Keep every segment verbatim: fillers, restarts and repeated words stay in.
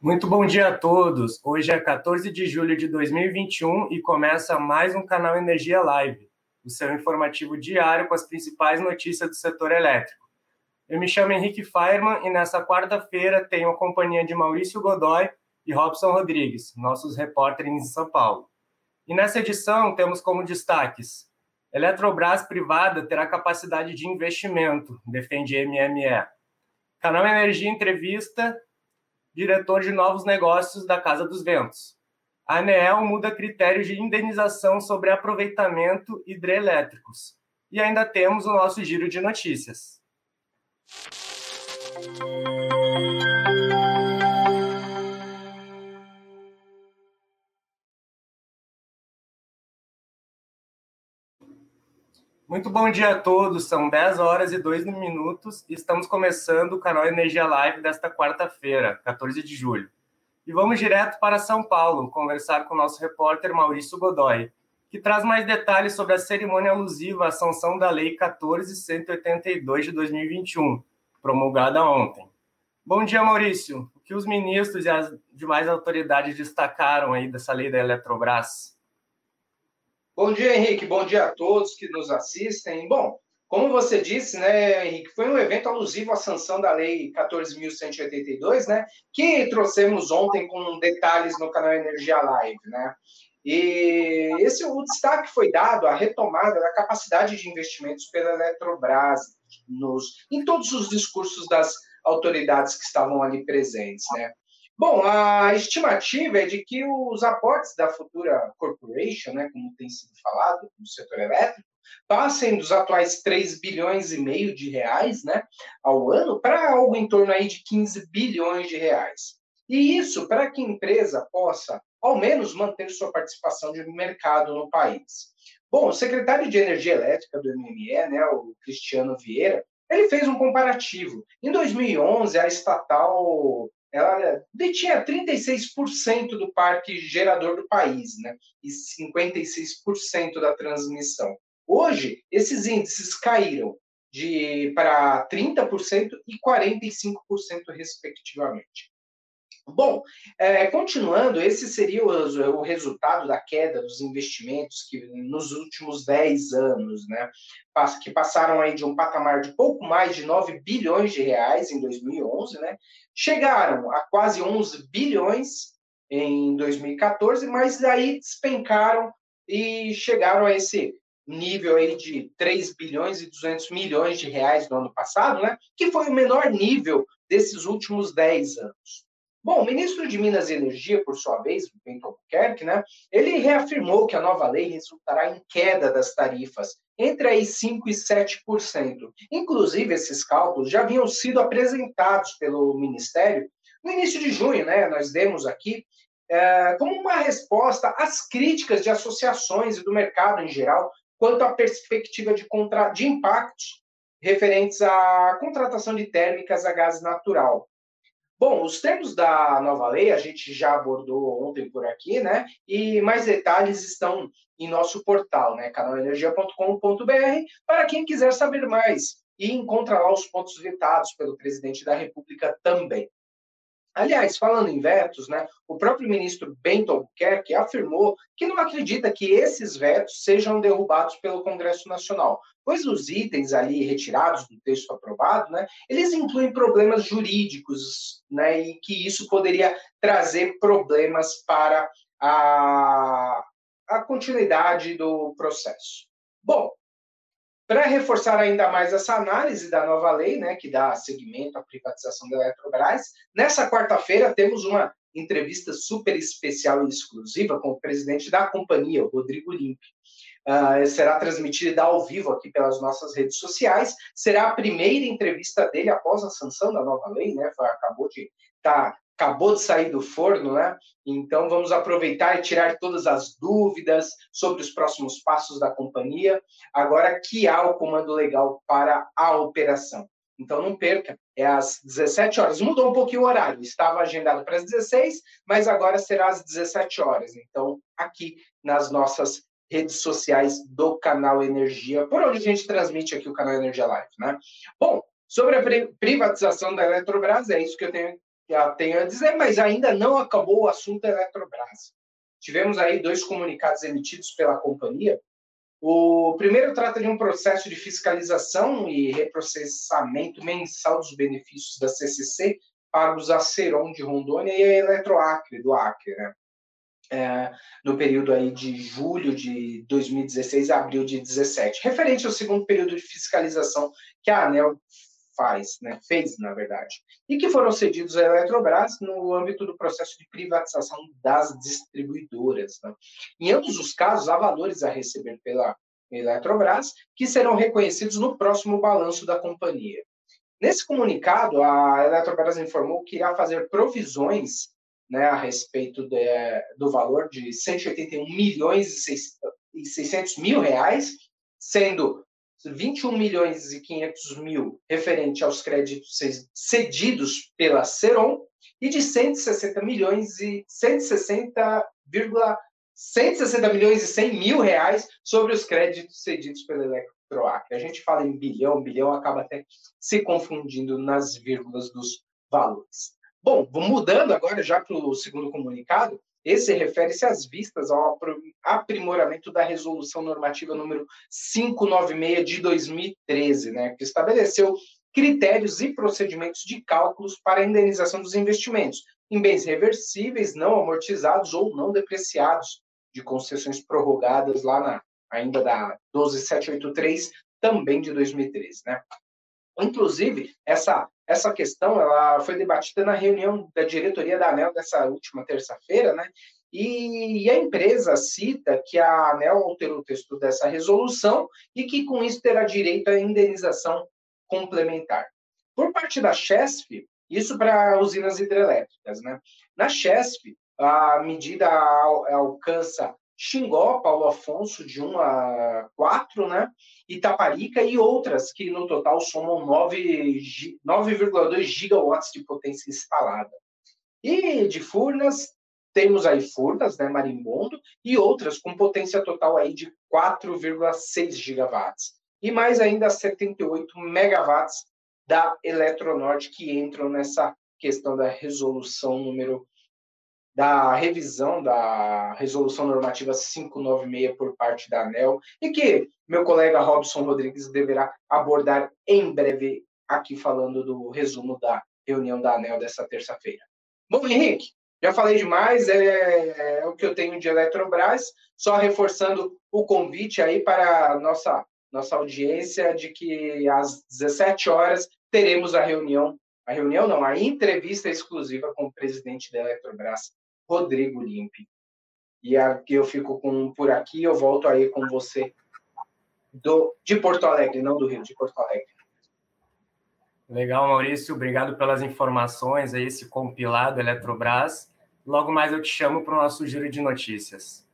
Muito bom dia a todos. Hoje é quatorze de julho de dois mil e vinte e um e começa mais um Canal Energia Live, o seu informativo diário com as principais notícias do setor elétrico. Eu me chamo Henrique Feierman e nessa quarta-feira tenho a companhia de Maurício Godoy e Robson Rodrigues, nossos repórteres em São Paulo. E nessa edição temos como destaques: Eletrobras privada terá capacidade de investimento, defende M M E. Canal Energia entrevista diretor de novos negócios da Casa dos Ventos. A ANEEL muda critérios de indenização sobre aproveitamento hidrelétricos. E ainda temos o nosso giro de notícias. Muito bom dia a todos, são dez horas e dois minutos e estamos começando o canal Energia Live desta quarta-feira, quatorze de julho. E vamos direto para São Paulo, conversar com o nosso repórter Maurício Godoy, que traz mais detalhes sobre a cerimônia alusiva à sanção da Lei quatorze mil cento e oitenta e dois de dois mil e vinte e um, promulgada ontem. Bom dia, Maurício. O que os ministros e as demais autoridades destacaram aí dessa lei da Eletrobras? Bom dia, Henrique. Bom dia a todos que nos assistem. Bom, como você disse, né, Henrique, foi um evento alusivo à sanção da Lei quatorze mil cento e oitenta e dois, né, que trouxemos ontem com detalhes no canal Energia Live, né? E esse o destaque foi dado à retomada da capacidade de investimentos pela Eletrobras nos, em todos os discursos das autoridades que estavam ali presentes, né? Bom, a estimativa é de que os aportes da futura corporation, né, como tem sido falado no setor elétrico, passem dos atuais três bilhões e meio de reais, né, ao ano para algo em torno aí de quinze bilhões de reais. E isso para que a empresa possa, ao menos, manter sua participação de mercado no país. Bom, o secretário de Energia Elétrica do M M E, né, o Cristiano Vieira, ele fez um comparativo. Em dois mil e onze, a estatal ela detinha trinta e seis por cento do parque gerador do país, né? E cinquenta e seis por cento da transmissão. Hoje, esses índices caíram de para trinta por cento e quarenta e cinco por cento, respectivamente. Bom, é, continuando, esse seria o, o resultado da queda dos investimentos que nos últimos dez anos, né, que passaram aí de um patamar de pouco mais de nove bilhões de reais em dois mil e onze, né, chegaram a quase onze bilhões em dois mil e quatorze, mas daí despencaram e chegaram a esse nível aí de três bilhões e duzentos milhões de reais no ano passado, né, que foi o menor nível desses últimos dez anos. Bom, o ministro de Minas e Energia, por sua vez, Bento Albuquerque, né, ele reafirmou que a nova lei resultará em queda das tarifas, entre aí cinco por cento e sete por cento. Inclusive, esses cálculos já haviam sido apresentados pelo Ministério no início de junho, né? Nós demos aqui é, como uma resposta às críticas de associações e do mercado em geral quanto à perspectiva de, contra... de impactos referentes à contratação de térmicas a gás natural. Bom, os termos da nova lei a gente já abordou ontem por aqui, né? E mais detalhes estão em nosso portal, né? canal energia ponto com ponto b r, para quem quiser saber mais. E encontra lá os pontos vetados pelo presidente da República também. Aliás, falando em vetos, né, o próprio ministro Bento Albuquerque afirmou que não acredita que esses vetos sejam derrubados pelo Congresso Nacional, pois os itens ali retirados do texto aprovado, né, eles incluem problemas jurídicos, né, e que isso poderia trazer problemas para a, a continuidade do processo. Bom, para reforçar ainda mais essa análise da nova lei, né, que dá seguimento à privatização da Eletrobras, nessa quarta-feira temos uma entrevista super especial e exclusiva com o presidente da companhia, o Rodrigo Limpe. Uh, será transmitida ao vivo aqui pelas nossas redes sociais. Será a primeira entrevista dele após a sanção da nova lei, né? Acabou de tá, acabou de sair do forno, né? Então vamos aproveitar e tirar todas as dúvidas sobre os próximos passos da companhia, agora que há o comando legal para a operação. Então não perca, é às dezessete horas. Mudou um pouquinho o horário, estava agendado para as dezesseis, mas agora será às dezessete horas. Então, aqui nas nossas redes sociais do canal Energia, por onde a gente transmite aqui o canal Energia Live, né? Bom, sobre a privatização da Eletrobras, é isso que eu tenho já tenho a dizer, mas ainda não acabou o assunto Eletrobras. Tivemos aí dois comunicados emitidos pela companhia. O primeiro trata de um processo de fiscalização e reprocessamento mensal dos benefícios da C C C pagos à Ceron de Rondônia e à Eletroacre, do Acre, né? É, no período aí de julho de dois mil e dezesseis a abril de dezessete, referente ao segundo período de fiscalização que a ANEEL faz, né, fez, na verdade, e que foram cedidos à Eletrobras no âmbito do processo de privatização das distribuidoras, né? Em ambos os casos, há valores a receber pela Eletrobras que serão reconhecidos no próximo balanço da companhia. Nesse comunicado, a Eletrobras informou que irá fazer provisões, né, a respeito de, do valor de cento e oitenta e um milhões e seiscentos mil reais, sendo vinte e um milhões e quinhentos mil referente aos créditos cedidos pela Ceron e de cento e sessenta milhões e cento e sessenta, cento e sessenta milhões e cem mil reais sobre os créditos cedidos pela Eletroacre. A gente fala em bilhão, bilhão acaba até se confundindo nas vírgulas dos valores. Bom, mudando agora já para o segundo comunicado, esse refere-se às vistas ao aprimoramento da resolução normativa número quinhentos e noventa e seis de dois mil e treze, né, que estabeleceu critérios e procedimentos de cálculos para a indenização dos investimentos em bens reversíveis, não amortizados ou não depreciados, de concessões prorrogadas lá na, ainda da doze mil setecentos e oitenta e três, também de dois mil e treze, né? Inclusive, essa, essa questão ela foi debatida na reunião da diretoria da ANEEL dessa última terça-feira, né? E, e a empresa cita que a ANEEL alterou o texto dessa resolução e que, com isso, terá direito à indenização complementar. Por parte da Chesf, isso para usinas hidrelétricas, né? Na Chesf, a medida alcança Xingó, Paulo Afonso, de um a quatro, né? Itaparica e outras, que no total somam nove vírgula dois gigawatts de potência instalada. E de Furnas, temos aí Furnas, né, Marimbondo, e outras com potência total aí de quatro vírgula seis gigawatts. E mais ainda setenta e oito megawatts da Eletronorte, que entram nessa questão da resolução número da revisão da Resolução Normativa quinhentos e noventa e seis por parte da ANEEL e que meu colega Robson Rodrigues deverá abordar em breve aqui falando do resumo da reunião da ANEEL dessa terça-feira. Bom, Henrique, já falei demais, é, é o que eu tenho de Eletrobras, só reforçando o convite aí para a nossa, nossa audiência de que às dezessete horas teremos a reunião, a reunião não, a entrevista exclusiva com o presidente da Eletrobras, Rodrigo Limpe. E aqui eu fico com, por aqui, eu volto aí com você do, de Porto Alegre, não do Rio, de Porto Alegre. Legal, Maurício, obrigado pelas informações, aí, esse compilado Eletrobras. Logo mais eu te chamo para o nosso giro de notícias.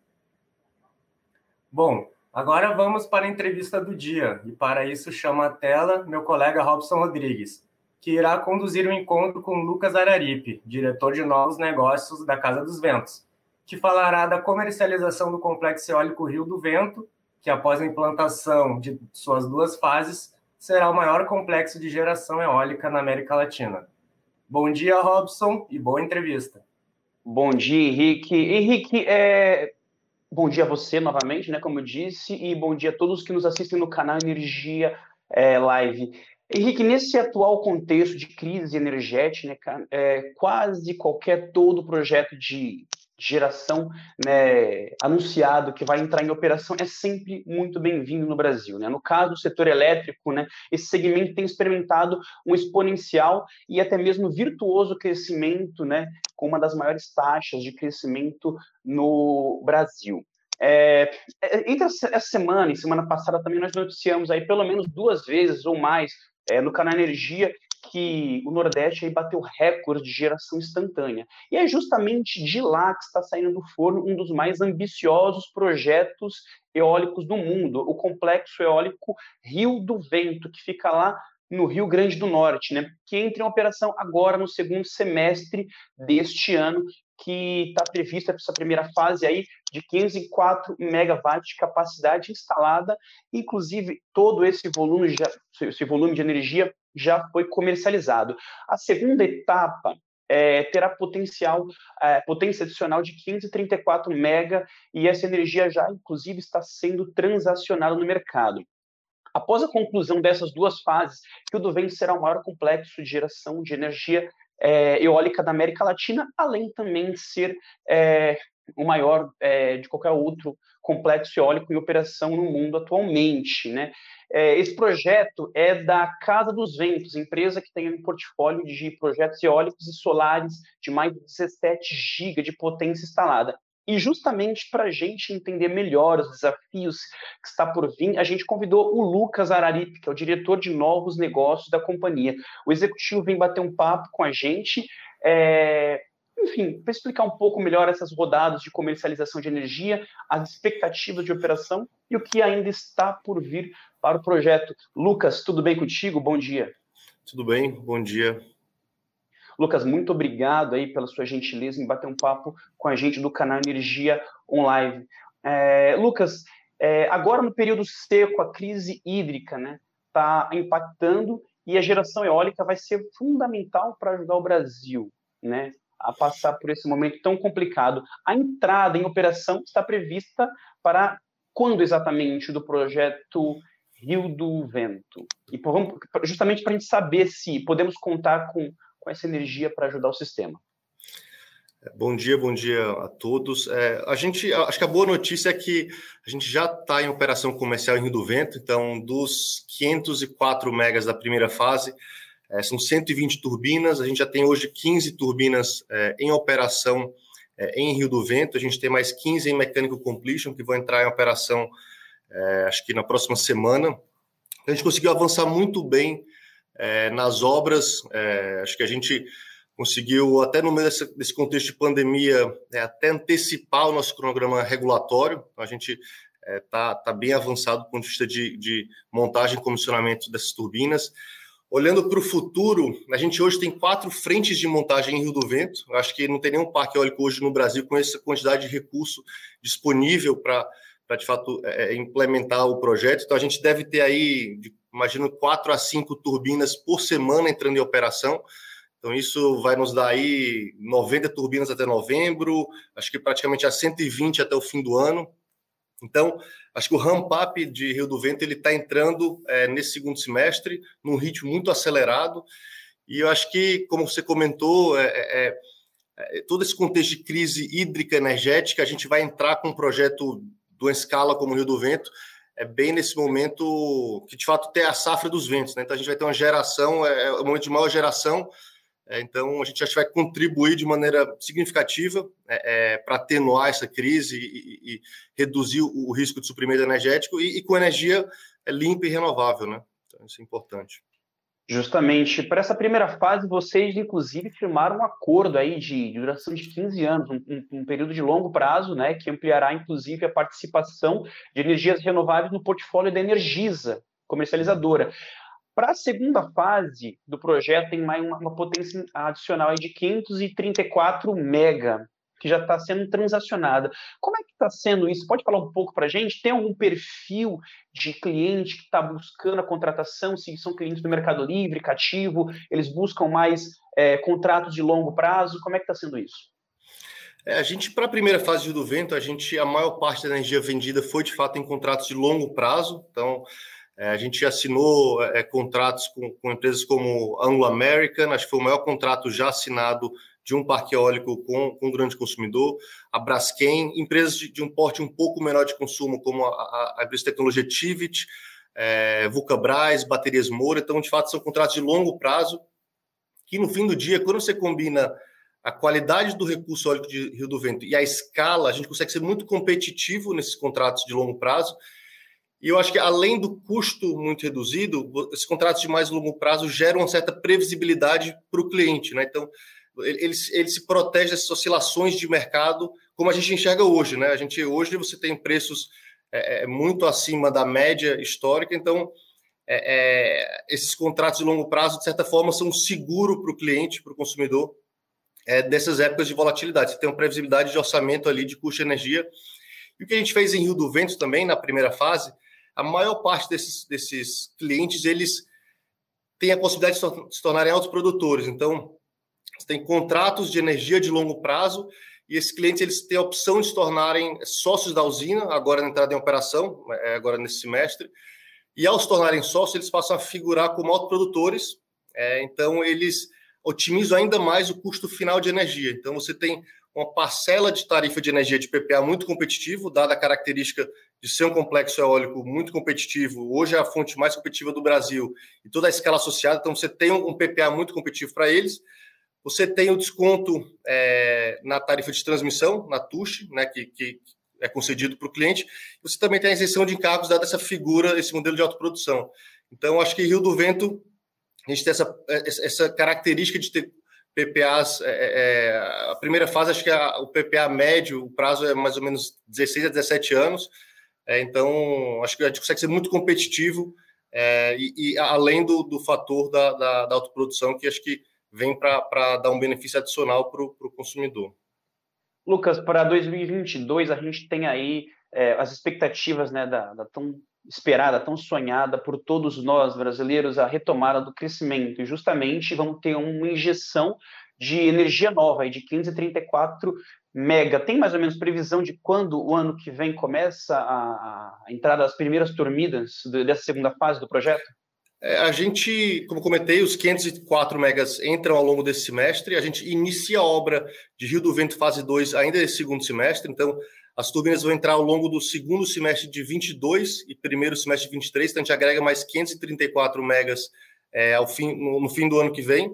Bom, agora vamos para a entrevista do dia, e para isso chamo à tela meu colega Robson Rodrigues, que irá conduzir o um encontro com Lucas Araripe, diretor de novos negócios da Casa dos Ventos, que falará da comercialização do Complexo Eólico Rio do Vento, que após a implantação de suas duas fases, será o maior complexo de geração eólica na América Latina. Bom dia, Robson, e boa entrevista. Bom dia, Henrique. Henrique, é... bom dia a você novamente, né, como eu disse, e bom dia a todos que nos assistem no canal Energia é, Live. Henrique, nesse atual contexto de crise energética, né, é, quase qualquer todo projeto de geração, né, anunciado que vai entrar em operação é sempre muito bem-vindo no Brasil, né? No caso do setor elétrico, né, esse segmento tem experimentado um exponencial e até mesmo virtuoso crescimento, né, com uma das maiores taxas de crescimento no Brasil. É, entre essa semana e semana passada também nós noticiamos aí pelo menos duas vezes ou mais é, no canal Energia que o Nordeste aí bateu recorde de geração instantânea. E é justamente de lá que está saindo do forno um dos mais ambiciosos projetos eólicos do mundo, o Complexo Eólico Rio do Vento, que fica lá no Rio Grande do Norte, né, que entra em operação agora no segundo semestre deste ano, que está prevista essa primeira fase aí de quinhentos e quatro megawatts de capacidade instalada, inclusive todo esse volume, já, esse volume de energia já foi comercializado. A segunda etapa é, terá potencial, é, potência adicional de quinhentos e trinta e quatro mega, e essa energia já, inclusive, está sendo transacionada no mercado. Após a conclusão dessas duas fases, Rio do Vento será o maior complexo de geração de energia é, eólica da América Latina, além também de ser é, o maior é, de qualquer outro complexo eólico em operação no mundo atualmente, né? É, esse projeto é da Casa dos Ventos, empresa que tem um portfólio de projetos eólicos e solares de mais de dezessete gigas de potência instalada. E justamente para a gente entender melhor os desafios que está por vir, a gente convidou o Lucas Araripe, que é o diretor de novos negócios da companhia. O executivo vem bater um papo com a gente, é, enfim, para explicar um pouco melhor essas rodadas de comercialização de energia, as expectativas de operação e o que ainda está por vir para o projeto. Lucas, tudo bem contigo? Bom dia. Tudo bem, bom dia. Lucas, muito obrigado aí pela sua gentileza em bater um papo com a gente do canal Energia Online. É, Lucas, é, agora no período seco, a crise hídrica, né, está impactando e a geração eólica vai ser fundamental para ajudar o Brasil, né, a passar por esse momento tão complicado. A entrada em operação está prevista para quando exatamente do projeto Rio do Vento? E justamente para a gente saber se podemos contar com com essa energia para ajudar o sistema. Bom dia, bom dia a todos. É, a gente, acho que a boa notícia é que a gente já está em operação comercial em Rio do Vento, então dos quinhentos e quatro megas da primeira fase, é, são cento e vinte turbinas, a gente já tem hoje quinze turbinas é, em operação é, em Rio do Vento, a gente tem mais quinze em Mechanical Completion, que vão entrar em operação, é, acho que na próxima semana. Então, a gente conseguiu avançar muito bem É, nas obras, é, acho que a gente conseguiu, até no meio desse, desse contexto de pandemia, é, até antecipar o nosso cronograma regulatório. A gente está é, tá bem avançado do ponto de vista de, de montagem e comissionamento dessas turbinas. Olhando para o futuro, a gente hoje tem quatro frentes de montagem em Rio do Vento. Acho que não tem nenhum parque eólico hoje no Brasil com essa quantidade de recurso disponível para, de fato, é, implementar o projeto. Então, a gente deve ter aí, de, imagino, quatro a cinco turbinas por semana entrando em operação. Então, isso vai nos dar aí noventa turbinas até novembro, acho que praticamente a cento e vinte até o fim do ano. Então, acho que o ramp-up de Rio do Vento ele está entrando é, nesse segundo semestre, num ritmo muito acelerado. E eu acho que, como você comentou, é, é, é, todo esse contexto de crise hídrica energética, a gente vai entrar com um projeto de uma escala como o Rio do Vento, é bem nesse momento que, de fato, tem a safra dos ventos, né? Então, a gente vai ter uma geração, é, é um momento de maior geração, é, então a gente acho que vai contribuir de maneira significativa é, é, para atenuar essa crise e, e reduzir o, o risco de suprimento energético e, e com energia limpa e renovável, né? Então, isso é importante. Justamente, para essa primeira fase, vocês, inclusive, firmaram um acordo aí de duração de quinze anos, um, um, um período de longo prazo, né, que ampliará, inclusive, a participação de energias renováveis no portfólio da Energisa, comercializadora. Para a segunda fase do projeto, tem mais uma, uma potência adicional aí de quinhentos e trinta e quatro mega, que já está sendo transacionada. Como é que está sendo isso? Pode falar um pouco para a gente? Tem algum perfil de cliente que está buscando a contratação? Se são clientes do Mercado Livre, cativo, eles buscam mais é, contratos de longo prazo? Como é que está sendo isso? É, a gente, para a primeira fase de Rio do Vento, a gente, a maior parte da energia vendida foi, de fato, em contratos de longo prazo. Então, é, a gente assinou é, contratos com, com empresas como Anglo American, acho que foi o maior contrato já assinado de um parque eólico com, com um grande consumidor, a Braskem, empresas de, de um porte um pouco menor de consumo, como a, a, a empresa de tecnologia Tivit, é, Vulcabras, Baterias Moura. Então, de fato, são contratos de longo prazo, que no fim do dia, quando você combina a qualidade do recurso eólico de Rio do Vento e a escala, a gente consegue ser muito competitivo nesses contratos de longo prazo. E eu acho que, além do custo muito reduzido, esses contratos de mais longo prazo geram uma certa previsibilidade para o cliente, né? Então, Ele, ele se protege dessas oscilações de mercado, como a gente enxerga hoje, né? A gente, hoje você tem preços é, muito acima da média histórica, então é, é, esses contratos de longo prazo, de certa forma, são um seguro para o cliente, para o consumidor, é, dessas épocas de volatilidade. Você tem uma previsibilidade de orçamento ali de custo de energia. E o que a gente fez em Rio do Vento também, na primeira fase, a maior parte desses, desses clientes, eles têm a possibilidade de se tornarem autoprodutores. Então, você tem contratos de energia de longo prazo, e esses clientes eles têm a opção de se tornarem sócios da usina, agora na entrada em operação, agora nesse semestre, e ao se tornarem sócios, eles passam a figurar como autoprodutores, é, então eles otimizam ainda mais o custo final de energia. Então você tem uma parcela de tarifa de energia de P P A muito competitivo, dada a característica de ser um complexo eólico muito competitivo. Hoje é a fonte mais competitiva do Brasil e toda a escala associada, então você tem um P P A muito competitivo para eles. Você tem o desconto é, na tarifa de transmissão, na T U S, né, que, que é concedido para o cliente. Você também tem a isenção de encargos, dada essa figura, esse modelo de autoprodução. Então, acho que Rio do Vento, a gente tem essa, essa característica de ter P P As, é, é, a primeira fase, acho que a, o P P A médio, o prazo é mais ou menos dezesseis a dezessete anos, é, então acho que a gente consegue ser muito competitivo, é, e, e além do, do fator da, da, da autoprodução, que acho que vem para dar um benefício adicional para o consumidor. Lucas, para dois mil e vinte e dois, a gente tem aí é, as expectativas, né, da, da tão esperada, tão sonhada por todos nós brasileiros, a retomada do crescimento. E justamente vamos ter uma injeção de energia nova, aí, de quinhentos e trinta e quatro mega. Tem mais ou menos previsão de quando o ano que vem começa a, a entrada das primeiras turbinas dessa segunda fase do projeto? É, a gente, como comentei, os quinhentos e quatro megas entram ao longo desse semestre. A gente inicia a obra de Rio do Vento fase dois ainda nesse segundo semestre. Então, as turbinas vão entrar ao longo do segundo semestre de vinte e dois e primeiro semestre de vinte e três. Então, a gente agrega mais quinhentos e trinta e quatro megas é, ao fim, no, no fim do ano que vem.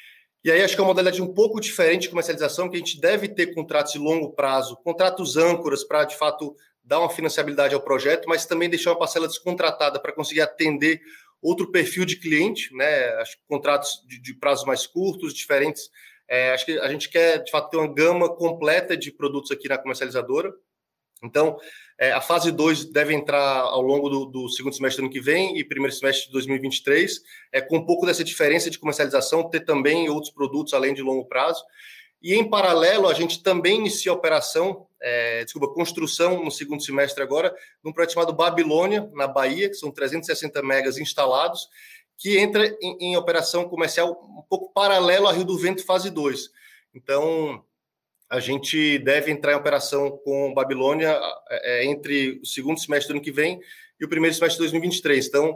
E aí, acho que é uma modalidade um pouco diferente de comercialização, que a gente deve ter contratos de longo prazo, contratos âncoras para, de fato, dar uma financiabilidade ao projeto, mas também deixar uma parcela descontratada para conseguir atender outro perfil de cliente, né? Acho que contratos de, de prazos mais curtos, diferentes. É, acho que a gente quer, de fato, ter uma gama completa de produtos aqui na comercializadora. Então, é, a fase dois deve entrar ao longo do, do segundo semestre do ano que vem e primeiro semestre de dois mil e vinte e três, é, com um pouco dessa diferença de comercialização, ter também outros produtos além de longo prazo. E, em paralelo, a gente também inicia a operação, é, desculpa, construção no segundo semestre agora, num projeto chamado Babilônia, na Bahia, que são trezentos e sessenta megas instalados, que entra em, em operação comercial um pouco paralelo a Rio do Vento fase dois. Então, a gente deve entrar em operação com Babilônia é, entre o segundo semestre do ano que vem e o primeiro semestre de dois mil e vinte e três. Então,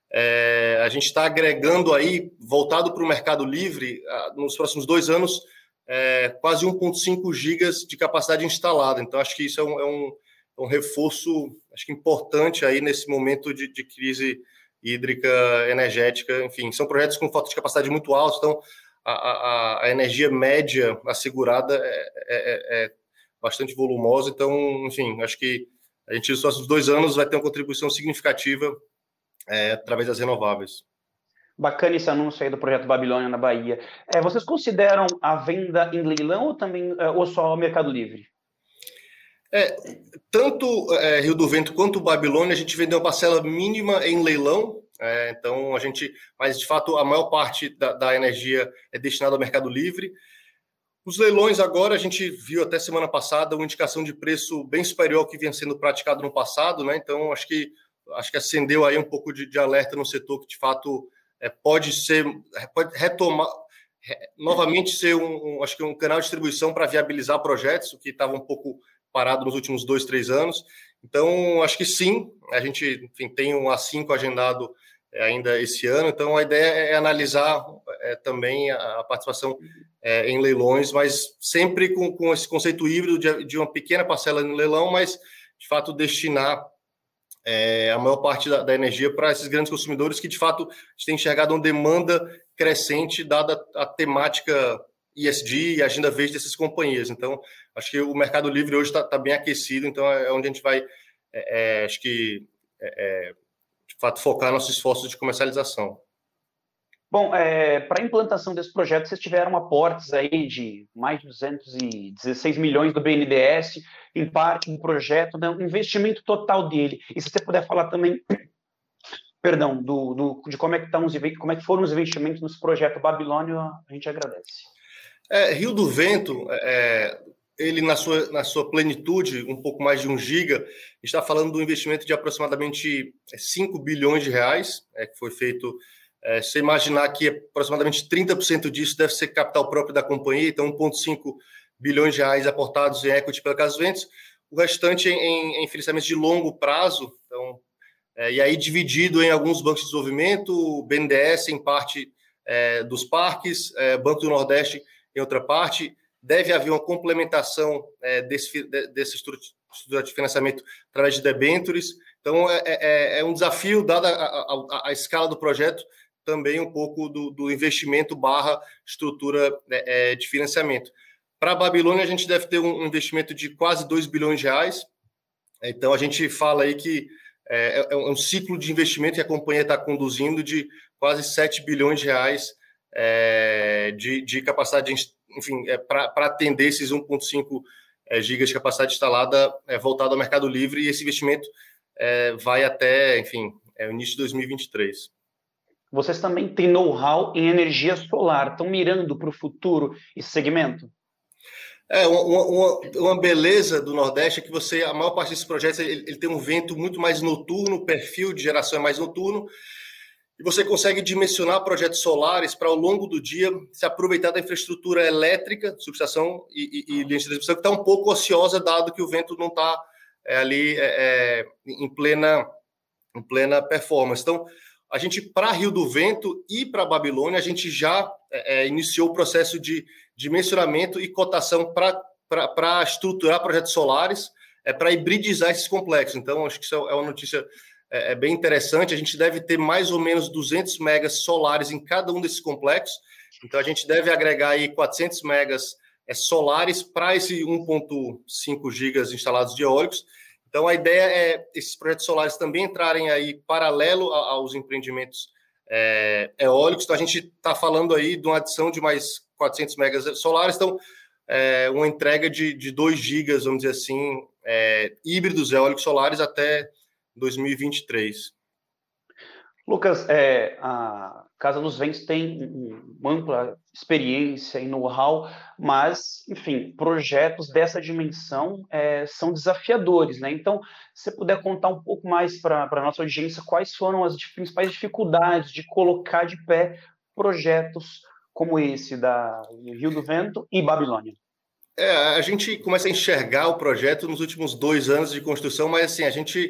é, a gente está agregando aí, voltado para o mercado livre, nos próximos dois anos, É, quase um vírgula cinco gigas de capacidade instalada. Então, acho que isso é um, é um, é um reforço, acho que importante aí nesse momento de, de crise hídrica, energética. Enfim, são projetos com falta de capacidade muito alta, então a, a, a energia média assegurada é, é, é bastante volumosa. Então, enfim, acho que a gente nos próximos dois anos vai ter uma contribuição significativa é, através das renováveis. Bacana esse anúncio aí do projeto Babilônia na Bahia. É, vocês consideram a venda em leilão ou também ou só o Mercado Livre? É, tanto é, Rio do Vento quanto Babilônia, a gente vendeu uma parcela mínima em leilão. É, então a gente, mas de fato a maior parte da, da energia é destinada ao Mercado Livre. Os leilões agora, a gente viu até semana passada uma indicação de preço bem superior ao que vinha sendo praticado no passado, né? Então acho que acho que acendeu aí um pouco de, de alerta no setor que de fato É, pode ser, pode retomar, novamente ser um, um, acho que um canal de distribuição para viabilizar projetos, o que estava um pouco parado nos últimos dois, três anos. Então, acho que sim, a gente enfim, tem um A cinco agendado ainda esse ano, então a ideia é analisar é, também a, a participação é, em leilões, mas sempre com, com esse conceito híbrido de, de uma pequena parcela no leilão, mas, de fato, destinar É, a maior parte da, da energia para esses grandes consumidores que, de fato, a gente tem enxergado uma demanda crescente dada a temática E S G e a agenda verde dessas companhias. Então, acho que o Mercado Livre hoje está tá bem aquecido, então é onde a gente vai, é, é, acho que, é, é, de fato, focar nossos esforços de comercialização. Bom, é, para a implantação desse projeto, vocês tiveram aportes aí de mais de duzentos e dezesseis milhões do B N D E S, em parte do projeto, né, o investimento total dele. E se você puder falar também, perdão, do, do, de como é, que tá uns, como é que foram os investimentos nesse projeto Babilônia, a gente agradece. É, Rio do Vento, é, ele na sua, na sua plenitude, um pouco mais de um giga, está falando de um investimento de aproximadamente cinco bilhões de reais, é, que foi feito É, se você imaginar que aproximadamente trinta por cento disso deve ser capital próprio da companhia, então um vírgula cinco bilhões de reais aportados em equity pela Casa dos Ventos, o restante em, em financiamentos de longo prazo, então, é, e aí dividido em alguns bancos de desenvolvimento, B N D E S em parte é, dos parques, é, Banco do Nordeste em outra parte. Deve haver uma complementação é, desse, desse estrutura de financiamento através de debêntures. Então, é, é, é um desafio, dada a, a, a escala do projeto, também um pouco do, do investimento barra estrutura é, de financiamento. Para a Babilônia, a gente deve ter um investimento de quase dois bilhões de reais. Então, a gente fala aí que é, é um ciclo de investimento que a companhia está conduzindo de quase sete bilhões de reais é, de, de capacidade, de, enfim, é, para atender esses um vírgula cinco é, gigas de capacidade instalada é, voltado ao Mercado Livre, e esse investimento é, vai até, enfim, é, o início de dois mil e vinte e três. Vocês também têm know-how em energia solar, estão mirando para o futuro esse segmento? É, uma, uma, uma beleza do Nordeste é que você, a maior parte desses projetos, ele, ele tem um vento muito mais noturno, o perfil de geração é mais noturno, e você consegue dimensionar projetos solares para, ao longo do dia, se aproveitar da infraestrutura elétrica, subestação e, e, e linha de transmissão, que está um pouco ociosa, dado que o vento não está é, ali é, é, em, plena, em plena performance. Então, a gente, para Rio do Vento e para Babilônia, a gente já é, iniciou o processo de dimensionamento e cotação para estruturar projetos solares, é, para hibridizar esses complexos. Então, acho que isso é uma notícia é, é bem interessante. A gente deve ter mais ou menos duzentos megas solares em cada um desses complexos. Então, a gente deve agregar aí quatrocentos megas é, solares para esse um vírgula cinco gigas instalados de eólicos. Então, a ideia é esses projetos solares também entrarem aí paralelo aos empreendimentos é, eólicos. Então, a gente está falando aí de uma adição de mais quatrocentos megas solares. Então, é, uma entrega de, de dois gigas, vamos dizer assim, é, híbridos eólicos solares até dois mil e vinte e três. Lucas, é, a Casa dos Ventos tem uma ampla experiência e know-how, mas, enfim, projetos dessa dimensão é, são desafiadores, né? Então, se você puder contar um pouco mais para a nossa audiência, quais foram as principais dificuldades de colocar de pé projetos como esse da Rio do Vento e Babilônia? É, a gente começa a enxergar o projeto nos últimos dois anos de construção, mas, assim, a gente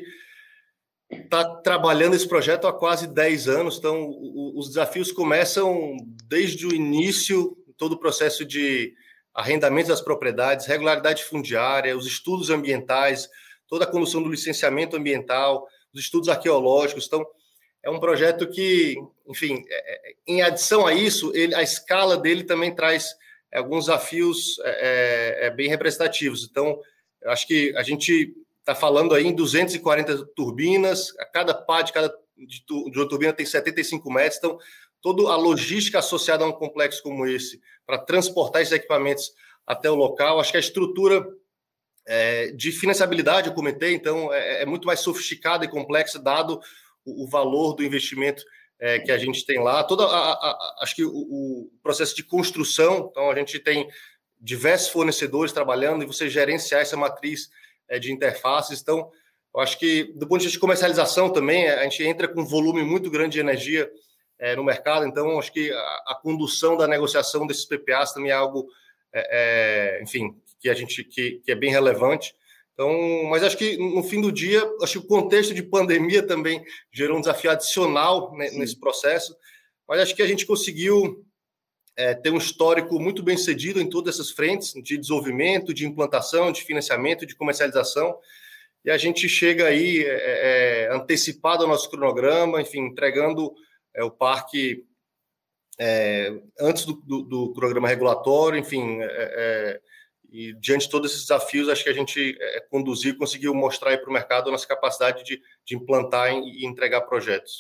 está trabalhando esse projeto há quase dez anos, então os desafios começam desde o início, todo o processo de arrendamento das propriedades, regularidade fundiária, os estudos ambientais, toda a condução do licenciamento ambiental, os estudos arqueológicos. Então, é um projeto que, enfim, em adição a isso, ele, a escala dele também traz alguns desafios é, é, bem representativos. Então, eu acho que a gente está falando aí em duzentas e quarenta turbinas, a cada pá de cada de, de uma turbina tem setenta e cinco metros, então toda a logística associada a um complexo como esse, para transportar esses equipamentos até o local, acho que a estrutura é, de financiabilidade, eu comentei, então é, é muito mais sofisticada e complexa, dado o, o valor do investimento é, que a gente tem lá, toda a, a, a, acho que o, o processo de construção, então a gente tem diversos fornecedores trabalhando, e você gerenciar essa matriz de interfaces. Então, eu acho que, do ponto de vista de comercialização também, a gente entra com um volume muito grande de energia é, no mercado, então, acho que a, a condução da negociação desses P P As também é algo, é, é, enfim, que a gente, que, que é bem relevante. Então, mas acho que, no fim do dia, acho que o contexto de pandemia também gerou um desafio adicional, né, nesse processo, mas acho que a gente conseguiu É, tem um histórico muito bem sucedido em todas essas frentes, de desenvolvimento, de implantação, de financiamento, de comercialização, e a gente chega aí é, é, antecipado ao nosso cronograma, enfim, entregando é, o parque é, antes do, do, do programa regulatório, enfim, é, é, e diante de todos esses desafios, acho que a gente é, conduziu, conseguiu mostrar para o mercado a nossa capacidade de, de implantar e entregar projetos.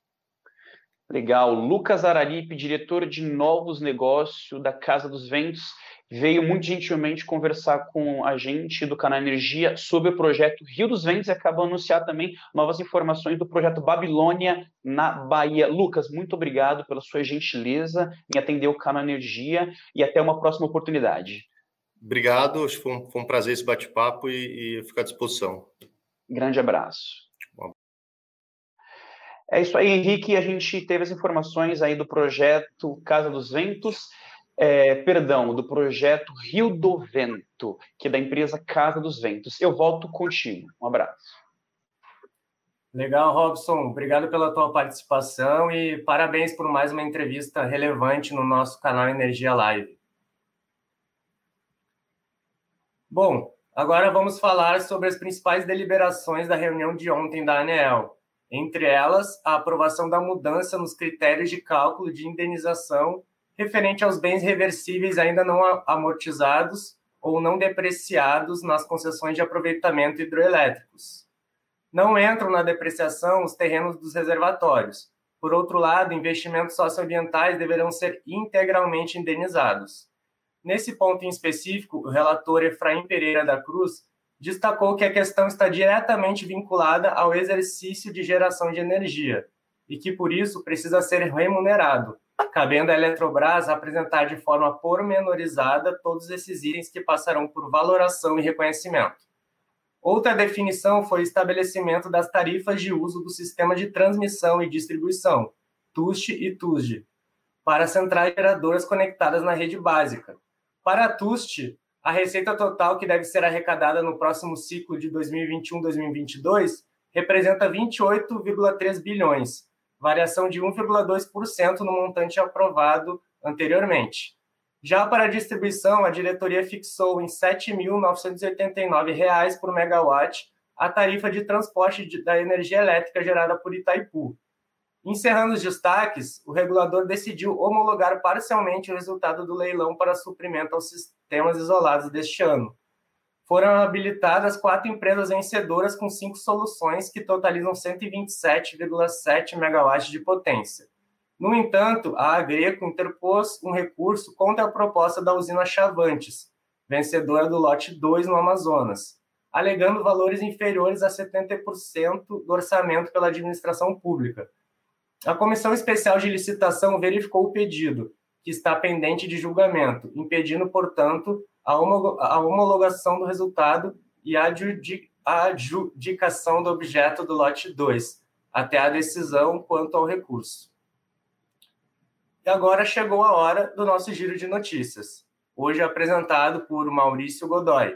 Legal. Lucas Araripe, diretor de novos negócios da Casa dos Ventos, veio muito gentilmente conversar com a gente do canal Energia sobre o projeto Rio dos Ventos e acabou de anunciar também novas informações do projeto Babilônia na Bahia. Lucas, muito obrigado pela sua gentileza em atender o canal Energia e até uma próxima oportunidade. Obrigado, foi um, foi um prazer esse bate-papo e, e eu fico à disposição. Grande abraço. É isso aí, Henrique. A gente teve as informações aí do projeto Casa dos Ventos, é, perdão, do projeto Rio do Vento, que é da empresa Casa dos Ventos. Eu volto contigo. Um abraço. Legal, Robson. Obrigado pela tua participação e parabéns por mais uma entrevista relevante no nosso canal Energia Live. Bom, agora vamos falar sobre as principais deliberações da reunião de ontem da ANEEL. Entre elas, a aprovação da mudança nos critérios de cálculo de indenização referente aos bens reversíveis ainda não amortizados ou não depreciados nas concessões de aproveitamento hidroelétricos. Não entram na depreciação os terrenos dos reservatórios. Por outro lado, investimentos socioambientais deverão ser integralmente indenizados. Nesse ponto em específico, o relator Efraim Pereira da Cruz destacou que a questão está diretamente vinculada ao exercício de geração de energia e que, por isso, precisa ser remunerado, cabendo à Eletrobras apresentar de forma pormenorizada todos esses itens que passarão por valoração e reconhecimento. Outra definição foi o estabelecimento das tarifas de uso do sistema de transmissão e distribuição, T U S T e T U S D, para centrais geradoras conectadas na rede básica. Para a T U S T, a receita total que deve ser arrecadada no próximo ciclo de dois mil e vinte e um a dois mil e vinte e dois representa vinte e oito vírgula três bilhões, variação de um vírgula dois por cento no montante aprovado anteriormente. Já para a distribuição, a diretoria fixou em sete mil novecentos e oitenta e nove reais por megawatt a tarifa de transporte de, da energia elétrica gerada por Itaipu. Encerrando os destaques, o regulador decidiu homologar parcialmente o resultado do leilão para suprimento aos sistemas isolados deste ano. Foram habilitadas quatro empresas vencedoras com cinco soluções que totalizam cento e vinte e sete vírgula sete megawatts de potência. No entanto, a Agreco interpôs um recurso contra a proposta da usina Chavantes, vencedora do lote dois no Amazonas, alegando valores inferiores a setenta por cento do orçamento pela administração pública. A Comissão Especial de Licitação verificou o pedido, que está pendente de julgamento, impedindo, portanto, a homologação do resultado e a adjudicação do objeto do lote dois, até a decisão quanto ao recurso. E agora chegou a hora do nosso giro de notícias, hoje apresentado por Maurício Godoy.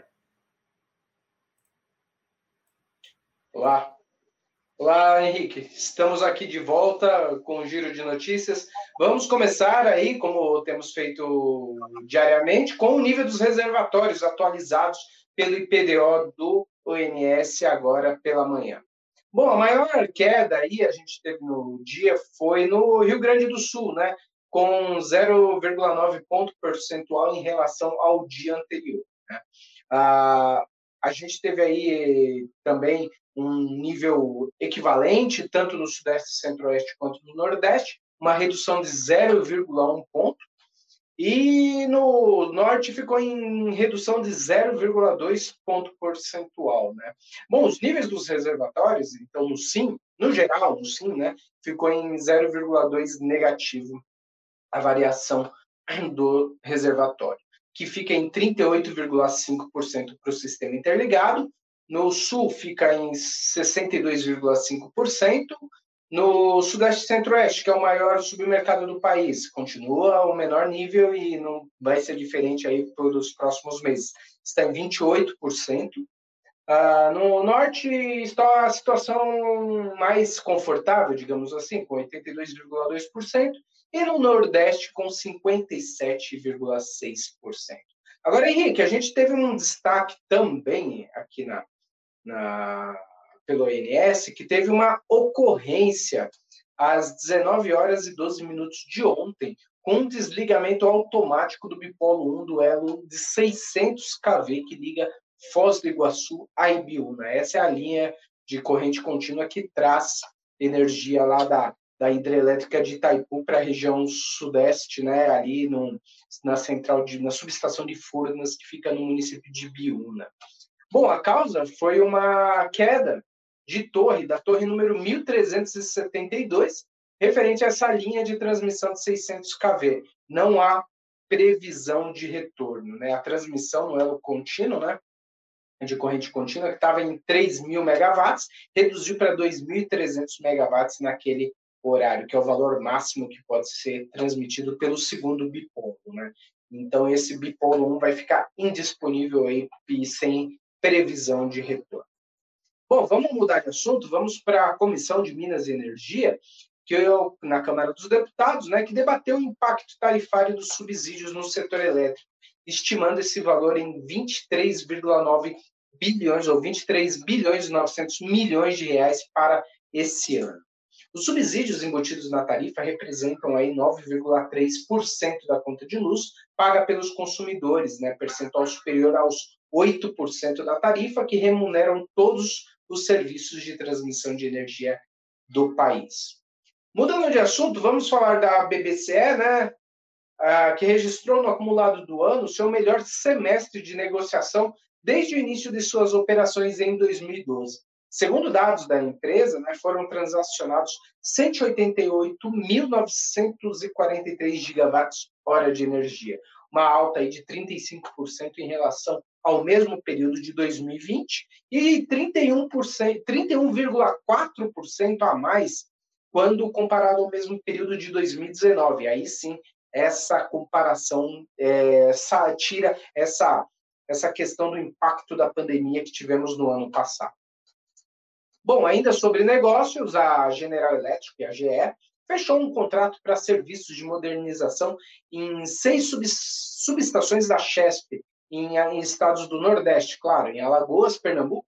Olá. Olá, Henrique. Estamos aqui de volta com o giro de notícias. Vamos começar aí, como temos feito diariamente, com o nível dos reservatórios atualizados pelo I P D O do O N S agora pela manhã. Bom, a maior queda aí a gente teve no dia foi no Rio Grande do Sul, né? Com zero vírgula nove ponto percentual em relação ao dia anterior, né? Ah, a gente teve aí também um nível equivalente, tanto no Sudeste e Centro-Oeste quanto no Nordeste, uma redução de zero vírgula um ponto, e no Norte ficou em redução de zero vírgula dois ponto percentual, né? Bom, os níveis dos reservatórios, então no Sim, no geral, no Sim, né, ficou em zero vírgula dois negativo a variação do reservatório, que fica em trinta e oito vírgula cinco por cento para o sistema interligado. No Sul fica em sessenta e dois vírgula cinco por cento. No Sudeste e Centro-Oeste, que é o maior submercado do país, continua ao menor nível e não vai ser diferente aí pelos próximos meses. Está em vinte e oito por cento. Uh, no Norte está a situação mais confortável, digamos assim, com oitenta e dois vírgula dois por cento. E no Nordeste com cinquenta e sete vírgula seis por cento. Agora, Henrique, a gente teve um destaque também aqui na, na, pelo O N S, que teve uma ocorrência às dezenove horas e doze minutos de ontem, com um desligamento automático do bipolo um do elo de seiscentos quilovolts que liga Foz do Iguaçu a Ibiúna. Essa é a linha de corrente contínua que traz energia lá da da hidrelétrica de Itaipu para a região sudeste, né, ali no, na central de, na subestação de Furnas, que fica no município de Ibiúna. Bom, a causa foi uma queda de torre, da torre número mil trezentos e setenta e dois, referente a essa linha de transmissão de seiscentos quilovolts. Não há previsão de retorno, né? A transmissão no elo contínuo, né, de corrente contínua, que estava em três mil megawatts, reduziu para dois mil e trezentos megawatts naquele horário, que é o valor máximo que pode ser transmitido pelo segundo bipolo, né? Então, esse bipolo um vai ficar indisponível aí e sem previsão de retorno. Bom, vamos mudar de assunto, vamos para a Comissão de Minas e Energia, que eu, na Câmara dos Deputados, né, que debateu o impacto tarifário dos subsídios no setor elétrico, estimando esse valor em vinte e três vírgula nove bilhões ou vinte e três bilhões e novecentos milhões de reais para esse ano. Os subsídios embutidos na tarifa representam aí nove vírgula três por cento da conta de luz paga pelos consumidores, né, percentual superior aos oito por cento da tarifa, que remuneram todos os serviços de transmissão de energia do país. Mudando de assunto, vamos falar da B B C E, né, que registrou no acumulado do ano o seu melhor semestre de negociação desde o início de suas operações em dois mil e doze. Segundo dados da empresa, né, foram transacionados cento e oitenta e oito mil novecentos e quarenta e três gigawatts-hora de energia, uma alta aí de trinta e cinco por cento em relação ao mesmo período de dois mil e vinte e trinta e um por cento, trinta e um vírgula quatro por cento a mais quando comparado ao mesmo período de dois mil e dezenove. Aí sim, essa comparação é, tira essa, essa questão do impacto da pandemia que tivemos no ano passado. Bom, ainda sobre negócios, a General Electric, a G E, fechou um contrato para serviços de modernização em seis sub, subestações da Chesf, em, em estados do Nordeste, claro, em Alagoas, Pernambuco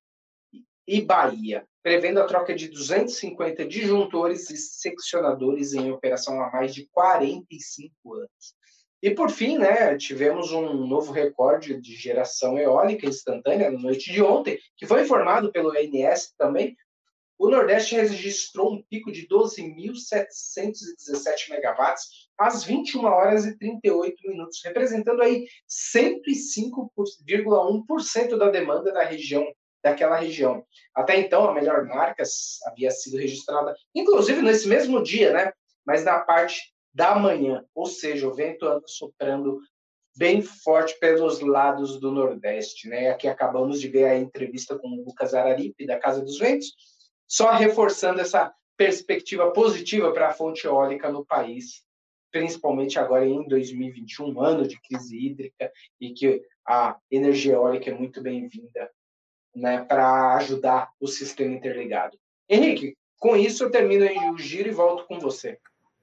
e Bahia, prevendo a troca de duzentos e cinquenta disjuntores e seccionadores em operação há mais de quarenta e cinco anos. E, por fim, né, tivemos um novo recorde de geração eólica instantânea na noite de ontem, que foi informado pelo A N S também. O Nordeste registrou um pico de doze mil setecentos e dezessete megawatts às vinte e uma horas e trinta e oito minutos, representando aí cento e cinco vírgula um por cento da demanda da região, daquela região. Até então, a melhor marca havia sido registrada, inclusive nesse mesmo dia, né? Mas na parte da manhã, ou seja, o vento anda soprando bem forte pelos lados do Nordeste, né? Aqui acabamos de ver a entrevista com o Lucas Araripe, da Casa dos Ventos, só reforçando essa perspectiva positiva para a fonte eólica no país, principalmente agora em dois mil e vinte e um, ano de crise hídrica, e que a energia eólica é muito bem-vinda, né, para ajudar o sistema interligado. Henrique, com isso eu termino o giro e volto com você.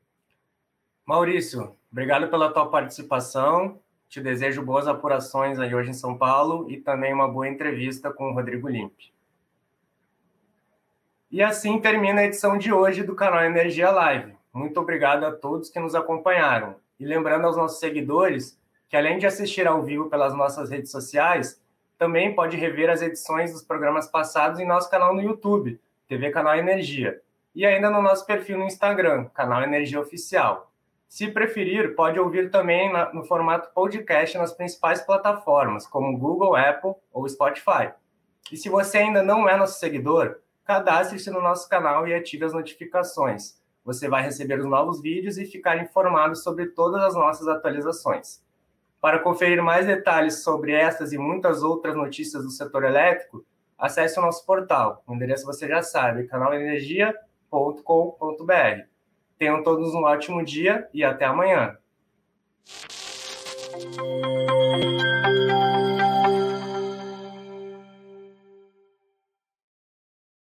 Maurício, obrigado pela tua participação. Te desejo boas apurações aí hoje em São Paulo e também uma boa entrevista com o Rodrigo Limpe. E assim termina a edição de hoje do canal Energia Live. Muito obrigado a todos que nos acompanharam. E lembrando aos nossos seguidores que, além de assistir ao vivo pelas nossas redes sociais, também pode rever as edições dos programas passados em nosso canal no YouTube, T V Canal Energia, e ainda no nosso perfil no Instagram, Canal Energia Oficial. Se preferir, pode ouvir também na, no formato podcast nas principais plataformas, como Google, Apple ou Spotify. E se você ainda não é nosso seguidor, cadastre-se no nosso canal e ative as notificações. Você vai receber os novos vídeos e ficar informado sobre todas as nossas atualizações. Para conferir mais detalhes sobre estas e muitas outras notícias do setor elétrico, acesse o nosso portal. O endereço você já sabe, canal energia ponto com ponto b r. Tenham todos um ótimo dia e até amanhã.